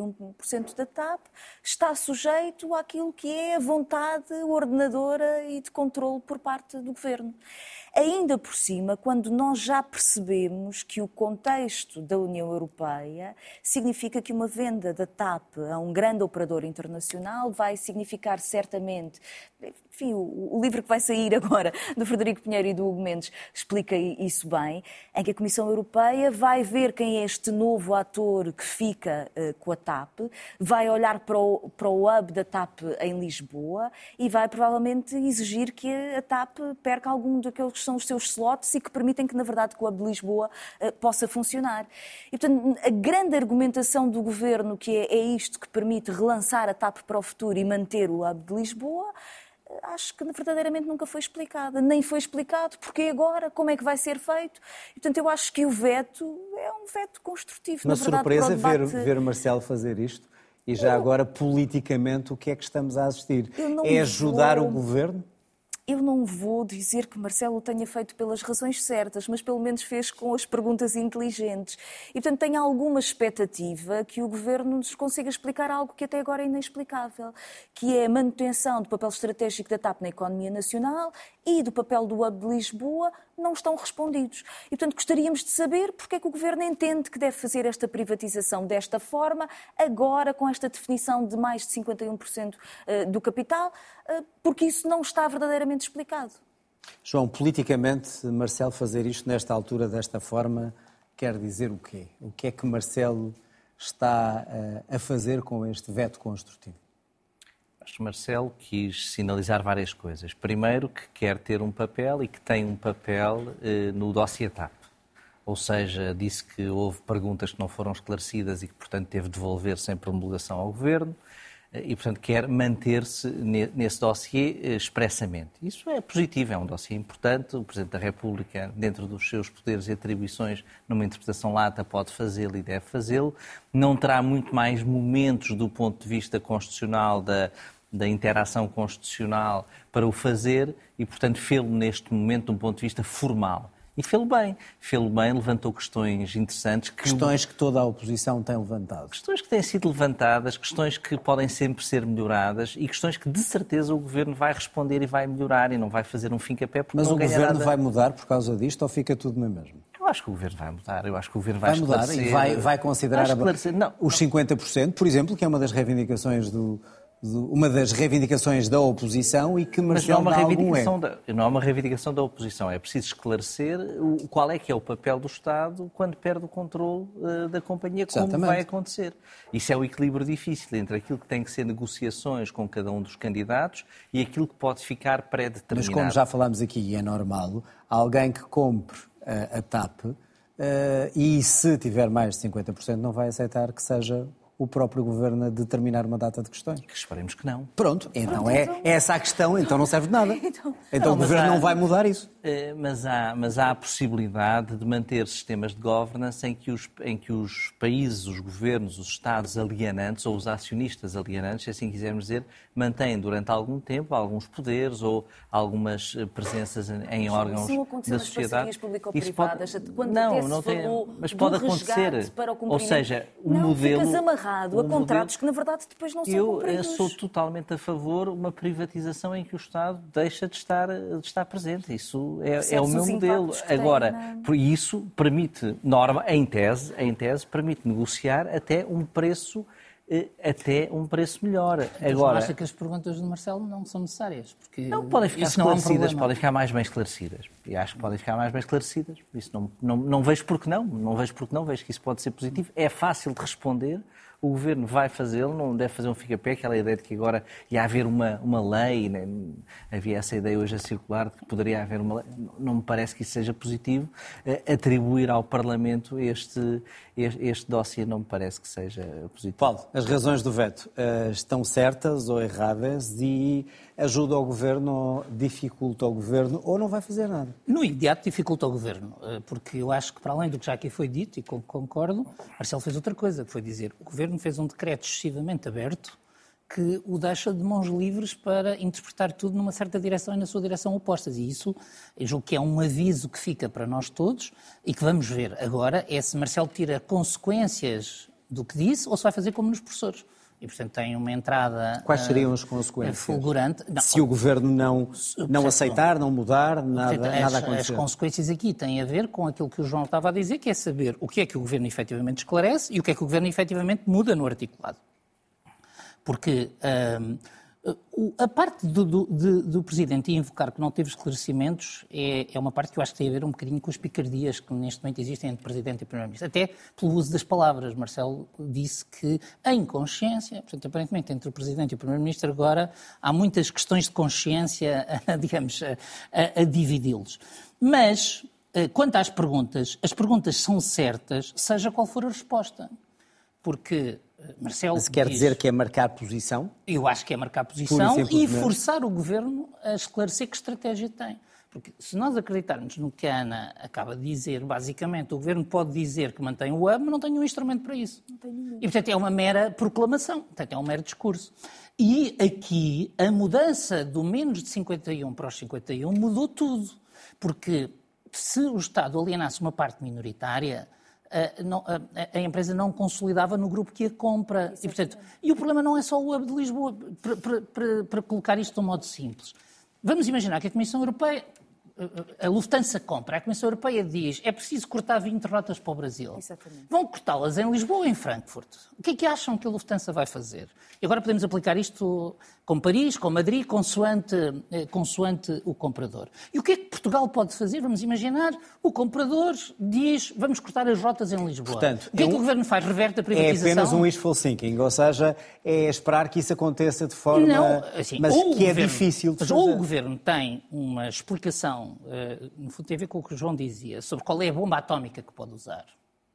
51% da TAP está sujeito àquilo que é a vontade ordenadora e de controle por parte do Governo. Ainda por cima, quando nós já percebemos que o contexto da União Europeia significa que uma venda da TAP a um grande operador internacional vai significar certamente... Enfim, o livro que vai sair agora, do Frederico Pinheiro e do Hugo Mendes, explica isso bem, em que a Comissão Europeia vai ver quem é este novo ator que fica com a TAP, vai olhar para o hub da TAP em Lisboa e vai provavelmente exigir que a TAP perca algum daqueles que são os seus slots e que permitem que, na verdade, o hub de Lisboa possa funcionar. E, portanto, a grande argumentação do Governo, que é isto que permite relançar a TAP para o futuro e manter o hub de Lisboa, acho que verdadeiramente nunca foi explicada. Nem foi explicado porque agora, como é que vai ser feito. E, portanto, eu acho que o veto é um veto construtivo. Uma surpresa ver Marcelo fazer isto. E já agora, politicamente, o que é que estamos a assistir? É ajudar o Governo? Eu não vou dizer que Marcelo o tenha feito pelas razões certas, mas pelo menos fez com as perguntas inteligentes. E, portanto, tenho alguma expectativa que o Governo nos consiga explicar algo que até agora é inexplicável, que é a manutenção do papel estratégico da TAP na economia nacional e do papel do hub de Lisboa não estão respondidos. E, portanto, gostaríamos de saber porque é que o Governo entende que deve fazer esta privatização desta forma, agora com esta definição de mais de 51% do capital, porque isso não está verdadeiramente explicado. João, politicamente, Marcelo fazer isto nesta altura, desta forma, quer dizer o quê? O que é que Marcelo está a fazer com este veto construtivo? Acho que Marcelo quis sinalizar várias coisas. Primeiro, que quer ter um papel e que tem um papel no dossiê TAP. Ou seja, disse que houve perguntas que não foram esclarecidas e que, portanto, teve de devolver sem promulgação ao Governo. E, portanto, quer manter-se nesse dossiê expressamente. Isso é positivo, é um dossiê importante. O Presidente da República, dentro dos seus poderes e atribuições, numa interpretação lata, pode fazê-lo e deve fazê-lo. Não terá muito mais momentos do ponto de vista constitucional da interação constitucional para o fazer e, portanto, fê-lo neste momento de um ponto de vista formal. E fê-lo bem, levantou questões interessantes. Questões que toda a oposição tem levantado. Questões que têm sido levantadas, questões que podem sempre ser melhoradas e questões que, de certeza, o Governo vai responder e vai melhorar e não vai fazer um fim-capé porque Mas não ganha nada. Mas o Governo vai mudar por causa disto ou fica tudo na mesma? Eu acho que o Governo vai mudar, eu acho que o Governo vai mudar e vai considerar os 50%, por exemplo, que é uma das reivindicações da oposição e que Marcelo dá algum erro. Não é uma reivindicação da oposição, é preciso esclarecer qual é que é o papel do Estado quando perde o controle da companhia, como Exatamente. Vai acontecer. Isso é o equilíbrio difícil entre aquilo que tem que ser negociações com cada um dos candidatos e aquilo que pode ficar pré-determinado. Mas como já falámos aqui, e é normal, alguém que compre a TAP e se tiver mais de 50% não vai aceitar que seja o próprio Governo a determinar uma data de questões? Que esperemos que não. Pronto, então é essa a questão, então não serve de nada. Então o Governo não vai mudar isso. Mas há a possibilidade de manter sistemas de governance em que os países, os governos, os Estados alienantes ou os acionistas alienantes, se assim quisermos dizer, mantêm durante algum tempo alguns poderes ou algumas presenças em órgãos da sociedade. Isso pode... Não tem, mas pode acontecer. Ou seja, o modelo... Ficas amarrado a contratos que, na verdade, depois não são cumpridos. Eu sou totalmente a favor de uma privatização em que o Estado deixa de estar presente. Isso é o meu modelo. Agora, por isso permite, em tese, permite negociar até um preço melhor. Agora, acha que as perguntas do Marcelo não são necessárias? Porque não podem ficar esclarecidas, podem ficar mais bem esclarecidas. E acho que podem ficar mais bem esclarecidas. Isso não vejo porque não. Não vejo porque não. Vejo que isso pode ser positivo. É fácil de responder. O Governo vai fazê-lo, não deve fazer um fica-pé, aquela ideia de que agora ia haver uma lei, né? Havia essa ideia hoje a circular de que poderia haver uma lei. Não me parece que isso seja positivo. Atribuir ao Parlamento este dossiê não me parece que seja positivo. Paulo, as razões do veto estão certas ou erradas e ajuda o Governo ou dificulta o Governo ou não vai fazer nada? No imediato dificulta o Governo, porque eu acho que para além do que já aqui foi dito, e concordo, Marcelo fez outra coisa, que foi dizer o Governo fez um decreto excessivamente aberto que o deixa de mãos livres para interpretar tudo numa certa direção e na sua direção opostas. E isso, eu julgo que é um aviso que fica para nós todos e que vamos ver agora é se Marcelo tira consequências do que disse ou se vai fazer como nos professores. E, portanto, tem uma entrada... Quais seriam as consequências? Fulgurante. Não, se o Governo não aceitar, não mudar, nada acontecer. As consequências aqui têm a ver com aquilo que o João estava a dizer, que é saber o que é que o Governo efetivamente esclarece e o que é que o Governo efetivamente muda no articulado. Porque a parte do Presidente invocar que não teve esclarecimentos é uma parte que eu acho que tem a ver um bocadinho com as picardias que neste momento existem entre Presidente e Primeiro-Ministro. Até pelo uso das palavras. Marcelo disse que, em consciência, portanto, aparentemente entre o Presidente e o Primeiro-Ministro agora há muitas questões de consciência, digamos, a dividi-los. Mas, quanto às perguntas, as perguntas são certas, seja qual for a resposta. Porque... Marcelo Mas quer dizer que é marcar posição? Eu acho que é marcar posição e forçar o Governo a esclarecer que estratégia tem. Porque se nós acreditarmos no que a Ana acaba de dizer, basicamente o Governo pode dizer que mantém o hub, mas não tem um instrumento para isso. E, portanto, é uma mera proclamação, portanto, é um mero discurso. E aqui a mudança do menos de 51 para os 51 mudou tudo. Porque se o Estado alienasse uma parte minoritária... a empresa não consolidava no grupo que a compra. E o problema não é só o hub de Lisboa. Para colocar isto de um modo simples. Vamos imaginar que a Comissão Europeia, a Lufthansa compra, a Comissão Europeia diz é preciso cortar 20 rotas para o Brasil. Exatamente. Vão cortá-las em Lisboa ou em Frankfurt. O que é que acham que a Lufthansa vai fazer? E agora podemos aplicar isto com Paris, com Madrid, consoante o comprador. E o que é que Portugal pode fazer? Vamos imaginar, o comprador diz vamos cortar as rotas em Lisboa. Portanto, o que é que o Governo faz? Reverte a privatização? É apenas um wishful thinking, ou seja, é esperar que isso aconteça de forma... Não, assim, mas que é difícil de fazer. Ou o Governo tem uma explicação, no fundo tem a ver com o que o João dizia, sobre qual é a bomba atómica que pode usar.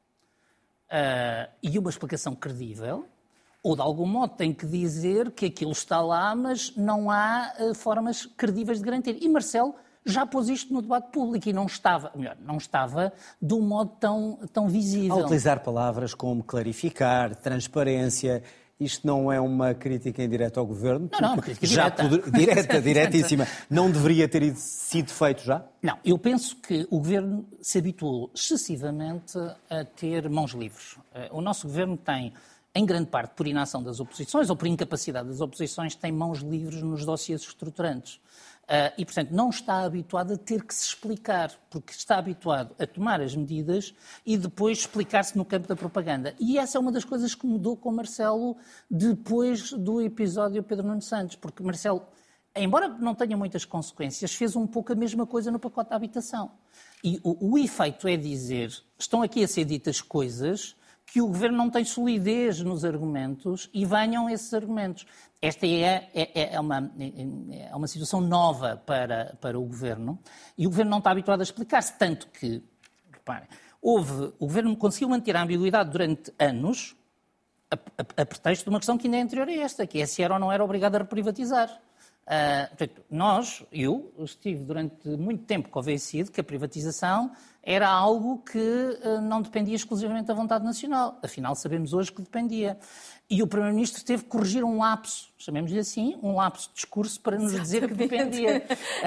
E uma explicação credível, ou de algum modo tem que dizer que aquilo está lá, mas não há formas credíveis de garantir. E Marcelo já pôs isto no debate público e não estava de um modo tão visível. Ao utilizar palavras como clarificar, transparência, isto não é uma crítica indireta ao Governo? Não, uma crítica direta. Diretíssima. Não deveria ter sido feito já? Não, eu penso que o Governo se habituou excessivamente a ter mãos livres. O nosso Governo tem, em grande parte por inação das oposições ou por incapacidade das oposições, tem mãos livres nos dossiês estruturantes. E, portanto, não está habituado a ter que se explicar, porque está habituado a tomar as medidas e depois explicar-se no campo da propaganda. E essa é uma das coisas que mudou com Marcelo depois do episódio Pedro Nuno Santos, porque Marcelo, embora não tenha muitas consequências, fez um pouco a mesma coisa no pacote da habitação. E o efeito é dizer, estão aqui a ser ditas coisas que o Governo não tem solidez nos argumentos e venham esses argumentos. Esta é uma situação nova para o Governo e o Governo não está habituado a explicar-se, tanto que, reparem, o Governo conseguiu manter a ambiguidade durante anos a pretexto de uma questão que ainda é anterior a esta, que é se era ou não era obrigado a reprivatizar. Portanto, eu estive durante muito tempo convencido que a privatização era algo que não dependia exclusivamente da vontade nacional. Afinal, sabemos hoje que dependia. E o Primeiro-Ministro teve que corrigir um lapso, chamemos-lhe assim, um lapso de discurso para nos dizer que dependia.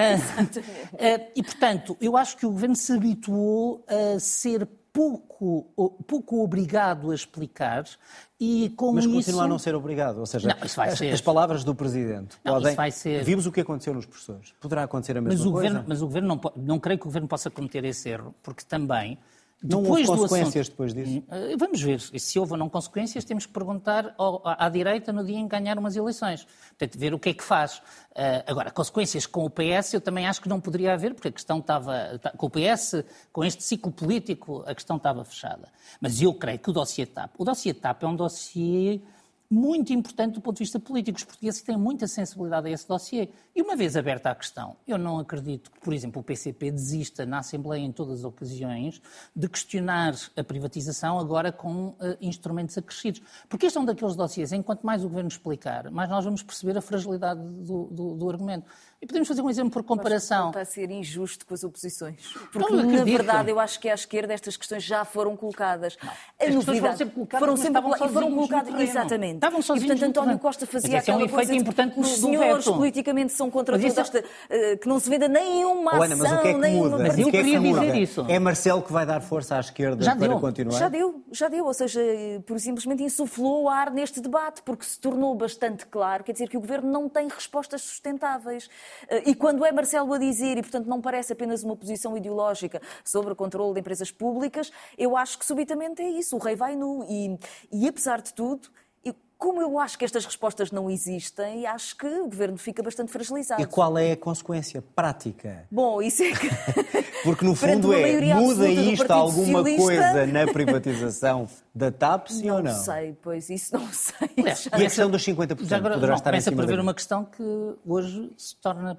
E, portanto, eu acho que o Governo se habituou a ser pouco obrigado a explicar e com Mas isso... Mas continua a não ser obrigado, ou seja, não, isso vai ser. As palavras do Presidente podem... Isso vai ser. Vimos o que aconteceu nos professores. Poderá acontecer a mesma coisa? Mas o Governo não creio que o Governo possa cometer esse erro, porque também... Não houve consequências depois disso? Vamos ver. Se houve ou não consequências, temos que perguntar à direita no dia em que ganhar umas eleições. Portanto, ver o que é que faz. Agora, consequências com o PS eu também acho que não poderia haver, porque a questão estava... Com o PS, com este ciclo político, a questão estava fechada. Mas eu creio que o dossiê TAP é um dossiê muito importante do ponto de vista político. Os portugueses têm muita sensibilidade a esse dossiê. E uma vez aberta a questão, eu não acredito que, por exemplo, o PCP desista na Assembleia em todas as ocasiões de questionar a privatização agora com instrumentos acrescidos. Porque este é um daqueles dossiês em que quanto mais o Governo explicar, mais nós vamos perceber a fragilidade do argumento. E podemos fazer um exemplo por comparação. Está a ser injusto com as oposições. Porque, na verdade, eu acho que à esquerda estas questões já foram colocadas. A novidade foram sempre colocadas. Exatamente. Estavam sozinhos. E, portanto, António Costa fazia aquela coisa importante os senhores politicamente são contra tudo esta... que não se venda nenhuma ação, mas o que é que muda? Mas eu queria dizer isso. É Marcelo que vai dar força à esquerda para continuar? Já deu. Ou seja, por simplesmente insuflou o ar neste debate, porque se tornou bastante claro, quer dizer, que o Governo não tem respostas sustentáveis. E quando é Marcelo a dizer, e portanto não parece apenas uma posição ideológica sobre o controle de empresas públicas, eu acho que subitamente é isso, o rei vai nu. E apesar de tudo, como eu acho que estas respostas não existem, acho que o Governo fica bastante fragilizado. E qual é a consequência prática? Bom, isso é que... Porque no fundo muda isto alguma coisa na privatização da TAP, sim ou não? Não sei, pois isso não sei. E a questão dos 50% poderá estar em cima começa a prever uma questão que hoje se torna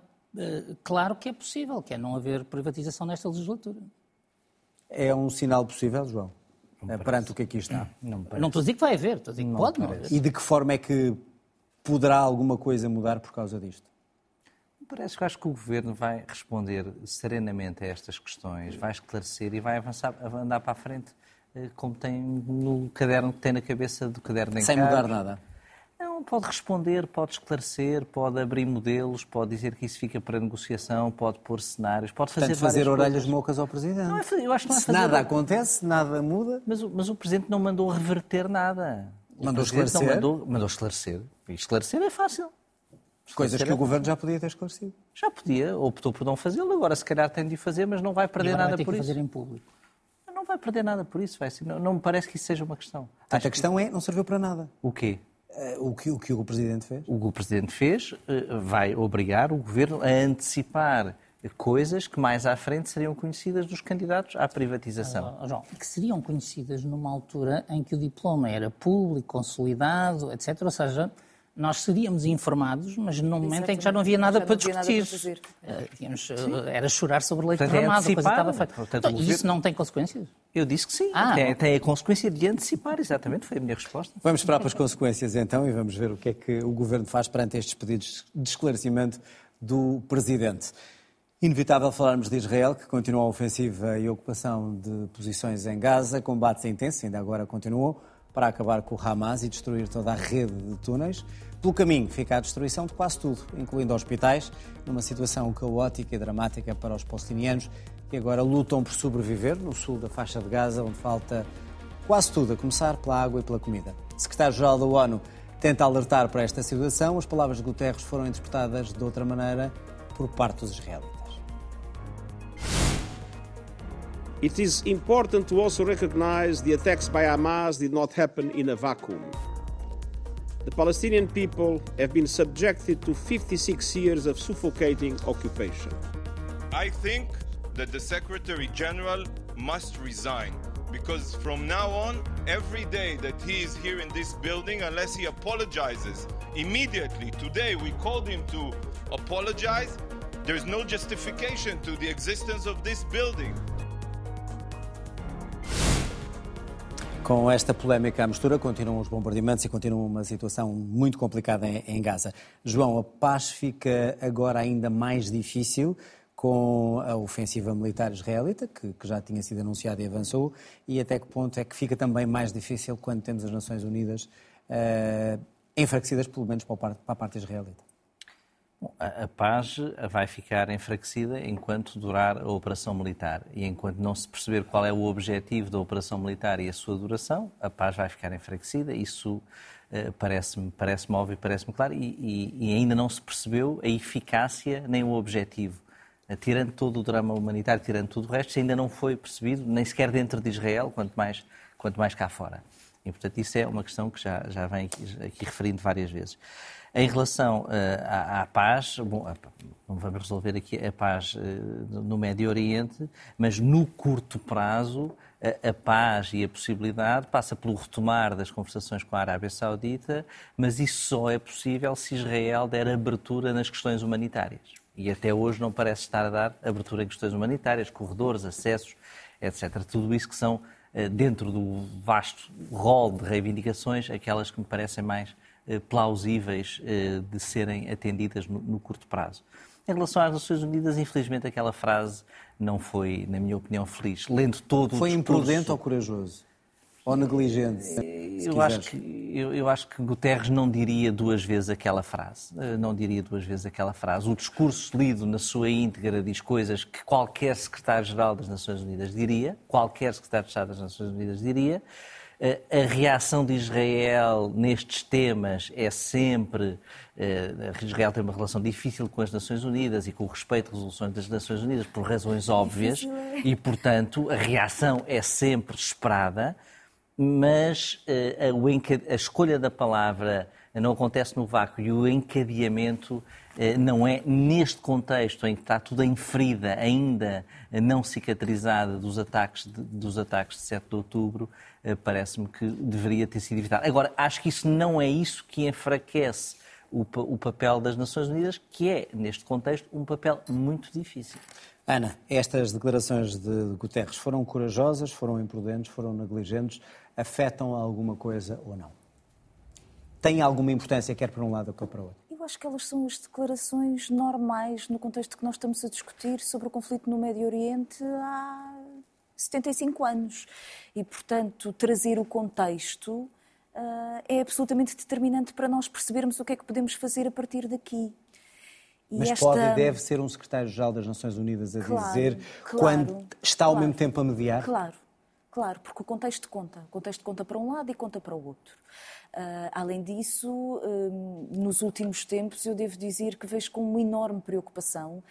claro que é possível, que é não haver privatização nesta legislatura. É um sinal possível, João? Perante o que aqui está. Não estou a dizer que vai haver, estou a dizer que pode não haver. E de que forma é que poderá alguma coisa mudar por causa disto? Parece que acho que o Governo vai responder serenamente a estas questões, vai esclarecer e vai andar para a frente, como tem no caderno que tem na cabeça do caderno de encargos. Sem mudar nada? Não, pode responder, pode esclarecer, pode abrir modelos, pode dizer que isso fica para negociação, pode pôr cenários, pode fazer orelhas mocas ao Presidente. Não eu acho que não é fazer... Nada acontece, nada muda. Mas o Presidente não mandou reverter nada. Mandou esclarecer? Mandou esclarecer. E esclarecer é fácil. Coisas que o Governo já podia ter esclarecido. Já podia, optou por não fazê-lo, agora se calhar tem de fazer, mas não vai perder nada por isso. Fazer em público. Não vai perder nada por isso, não me parece que isso seja uma questão. Portanto, a questão é, não serviu para nada. O quê? O que o Presidente fez? O que o Presidente fez vai obrigar o Governo a antecipar coisas que mais à frente seriam conhecidas dos candidatos à privatização. João, que seriam conhecidas numa altura em que o diploma era público, consolidado, etc. Ou seja, nós seríamos informados, mas num momento em que já não havia nada para discutir. Era chorar sobre o leite derramado, a coisa estava feita. Então, e isso não tem consequências? Eu disse que sim. Tem a consequência de antecipar, exatamente, foi a minha resposta. Vamos esperar para as consequências então e vamos ver o que é que o Governo faz perante estes pedidos de esclarecimento do Presidente. Inevitável falarmos de Israel, que continua a ofensiva e a ocupação de posições em Gaza, combates intensos, ainda agora continuam, para acabar com o Hamas e destruir toda a rede de túneis. Pelo caminho fica a destruição de quase tudo, incluindo hospitais, numa situação caótica e dramática para os palestinianos, que agora lutam por sobreviver no sul da faixa de Gaza, onde falta quase tudo, a começar pela água e pela comida. O secretário-geral da ONU tenta alertar para esta situação. As palavras de Guterres foram interpretadas de outra maneira por parte dos israelitas. It is important to also recognize the attacks by Hamas did not happen in a vacuum. The Palestinian people have been subjected to 56 years of suffocating occupation. I think that the Secretary General must resign, because from now on, every day that he is here in this building, unless he apologizes immediately, today we called him to apologize, there is no justification to the existence of this building. Com esta polémica à mistura, continuam os bombardeamentos e continua uma situação muito complicada em Gaza. João, a paz fica agora ainda mais difícil com a ofensiva militar israelita, que já tinha sido anunciada e avançou, e até que ponto é que fica também mais difícil quando temos as Nações Unidas enfraquecidas, pelo menos para a parte israelita? A paz vai ficar enfraquecida enquanto durar a operação militar e enquanto não se perceber qual é o objetivo da operação militar e a sua duração, a paz vai ficar enfraquecida. Isso parece-me óbvio, parece-me claro e ainda não se percebeu a eficácia nem o objetivo. Tirando todo o drama humanitário, tirando tudo o resto, ainda não foi percebido, nem sequer dentro de Israel, quanto mais cá fora. E, portanto, isso é uma questão que já vem aqui referindo várias vezes. Em relação à paz, bom, não vamos resolver aqui a paz no Médio Oriente, mas no curto prazo a paz e a possibilidade passa pelo retomar das conversações com a Arábia Saudita, mas isso só é possível se Israel der abertura nas questões humanitárias. E até hoje não parece estar a dar abertura em questões humanitárias, corredores, acessos, etc. Tudo isso que são, dentro do vasto rol de reivindicações, aquelas que me parecem mais plausíveis de serem atendidas no curto prazo. Em relação às Nações Unidas, infelizmente aquela frase não foi, na minha opinião, feliz. Lendo todo o discurso... Foi imprudente ou corajoso? Ou negligente? Eu acho que Guterres não diria duas vezes aquela frase. Não diria duas vezes aquela frase. O discurso lido na sua íntegra diz coisas que qualquer secretário-geral das Nações Unidas diria. Qualquer secretário-geral das Nações Unidas diria. A reação de Israel nestes temas é sempre... Israel tem uma relação difícil com as Nações Unidas e com o respeito às resoluções das Nações Unidas por razões óbvias e, portanto, a reação é sempre esperada, mas a escolha da palavra não acontece no vácuo e o encadeamento não é neste contexto em que está tudo em ferida, ainda não cicatrizada dos ataques de 7 de outubro, parece-me que deveria ter sido evitado. Agora, acho que isso não é isso que enfraquece o papel das Nações Unidas, que é, neste contexto, um papel muito difícil. Ana, estas declarações de Guterres foram corajosas, foram imprudentes, foram negligentes, afetam alguma coisa ou não? Tem alguma importância, quer para um lado ou quer para o outro? Eu acho que elas são as declarações normais no contexto que nós estamos a discutir sobre o conflito no Médio Oriente há 75 anos. E, portanto, trazer o contexto é absolutamente determinante para nós percebermos o que é que podemos fazer a partir daqui. Mas pode e deve ser um secretário-geral das Nações Unidas a dizer quando está ao mesmo tempo a mediar? Claro, porque o contexto conta. O contexto conta para um lado e conta para o outro. Além disso, nos últimos tempos, eu devo dizer que vejo com uma enorme preocupação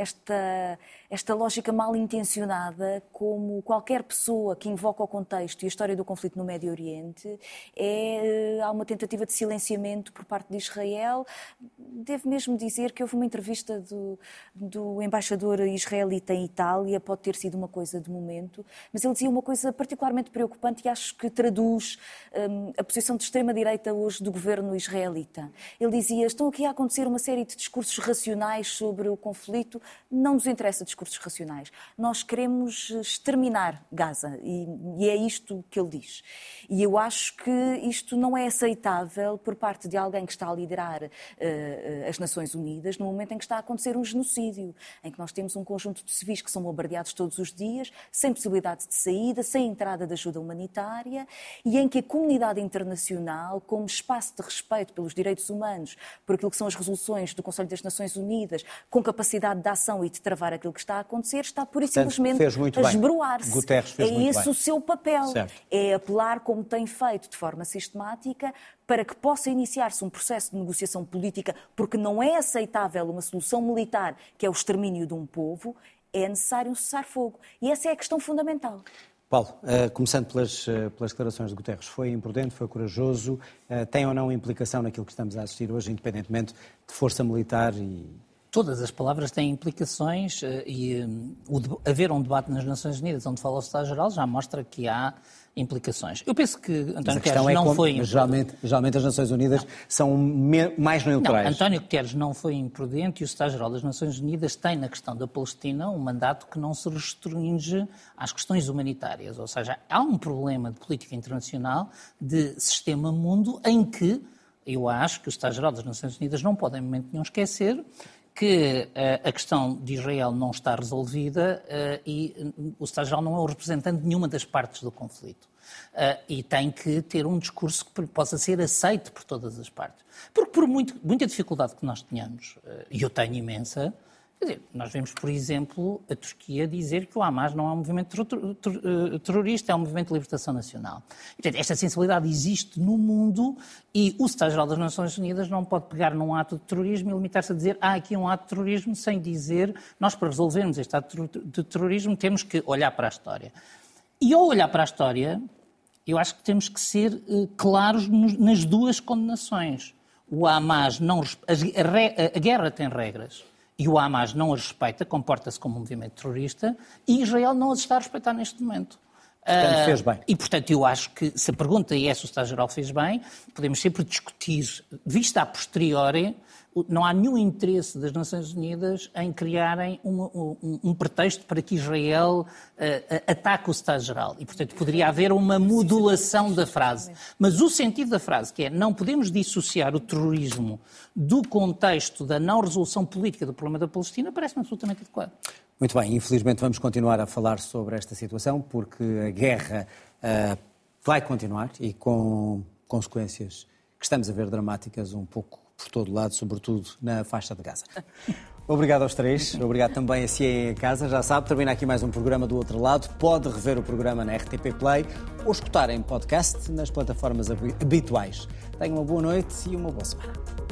esta lógica mal intencionada, como qualquer pessoa que invoca o contexto e a história do conflito no Médio Oriente, há uma tentativa de silenciamento por parte de Israel. Devo mesmo dizer que houve uma entrevista do embaixador israelita em Itália, pode ter sido uma coisa de momento, mas ele dizia uma coisa particularmente preocupante e acho que traduz a posição de extrema-direita hoje do governo israelita. Ele dizia, estão aqui a acontecer uma série de discursos racionais sobre o conflito, não nos interessa discursos racionais. Nós queremos exterminar Gaza e é isto que ele diz. E eu acho que isto não é aceitável por parte de alguém que está a liderar as Nações Unidas no momento em que está a acontecer um genocídio, em que nós temos um conjunto de civis que são bombardeados todos os dias, sem possibilidade de saída, sem entrada de ajuda humanitária e em que a comunidade internacional, como espaço de respeito pelos direitos humanos, por aquilo que são as resoluções do Conselho das Nações Unidas, com capacidade de ação e de travar aquilo que está a acontecer, está pura e simplesmente a esboroar-se. É esse o seu papel. Certo. É apelar, como tem feito de forma sistemática, para que possa iniciar-se um processo de negociação política, porque não é aceitável uma solução militar, que é o extermínio de um povo, é necessário um cessar-fogo. E essa é a questão fundamental. Paulo, começando pelas declarações de Guterres, foi imprudente, foi corajoso, tem ou não implicação naquilo que estamos a assistir hoje, independentemente de força militar e... Todas as palavras têm implicações e haver um debate nas Nações Unidas onde fala o Secretário-Geral já mostra que há implicações. Eu penso que António Guterres não foi imprudente. Geralmente as Nações Unidas são mais neutrais. Não, António Guterres não foi imprudente e o Secretário-Geral das Nações Unidas tem na questão da Palestina um mandato que não se restringe às questões humanitárias. Ou seja, há um problema de política internacional, de sistema mundo, em que eu acho que o Secretário-Geral das Nações Unidas não pode em momento nenhum esquecer que a questão de Israel não está resolvida e o Secretário-Geral não é o representante de nenhuma das partes do conflito. E tem que ter um discurso que possa ser aceito por todas as partes. Porque por muita dificuldade que nós tenhamos, e eu tenho imensa, quer dizer, nós vemos, por exemplo, a Turquia dizer que o Hamas não é um movimento terrorista, é um movimento de libertação nacional. E, portanto, esta sensibilidade existe no mundo e o Secretário-Geral das Nações Unidas não pode pegar num ato de terrorismo e limitar-se a dizer há aqui um ato de terrorismo sem dizer nós, para resolvermos este ato de terrorismo, temos que olhar para a história. E ao olhar para a história, eu acho que temos que ser claros nas duas condenações. O Hamas a guerra tem regras. E o Hamas não as respeita, comporta-se como um movimento terrorista, e Israel não as está a respeitar neste momento. Portanto, fez bem. E, portanto, eu acho que, se a pergunta é se o Secretário-Geral fez bem, podemos sempre discutir, vista a posteriori, não há nenhum interesse das Nações Unidas em criarem um pretexto para que Israel ataque o Secretário-Geral. E, portanto, poderia haver uma modulação da frase. Mas o sentido da frase, que é não podemos dissociar o terrorismo do contexto da não resolução política do problema da Palestina, parece-me absolutamente adequado. Muito bem, infelizmente vamos continuar a falar sobre esta situação, porque a guerra vai continuar e com consequências que estamos a ver dramáticas um pouco por todo lado, sobretudo na faixa de Gaza. Obrigado aos três, obrigado também a si em casa. Já sabe, termina aqui mais um programa do Outro Lado. Pode rever o programa na RTP Play ou escutar em podcast nas plataformas habituais. Tenha uma boa noite e uma boa semana.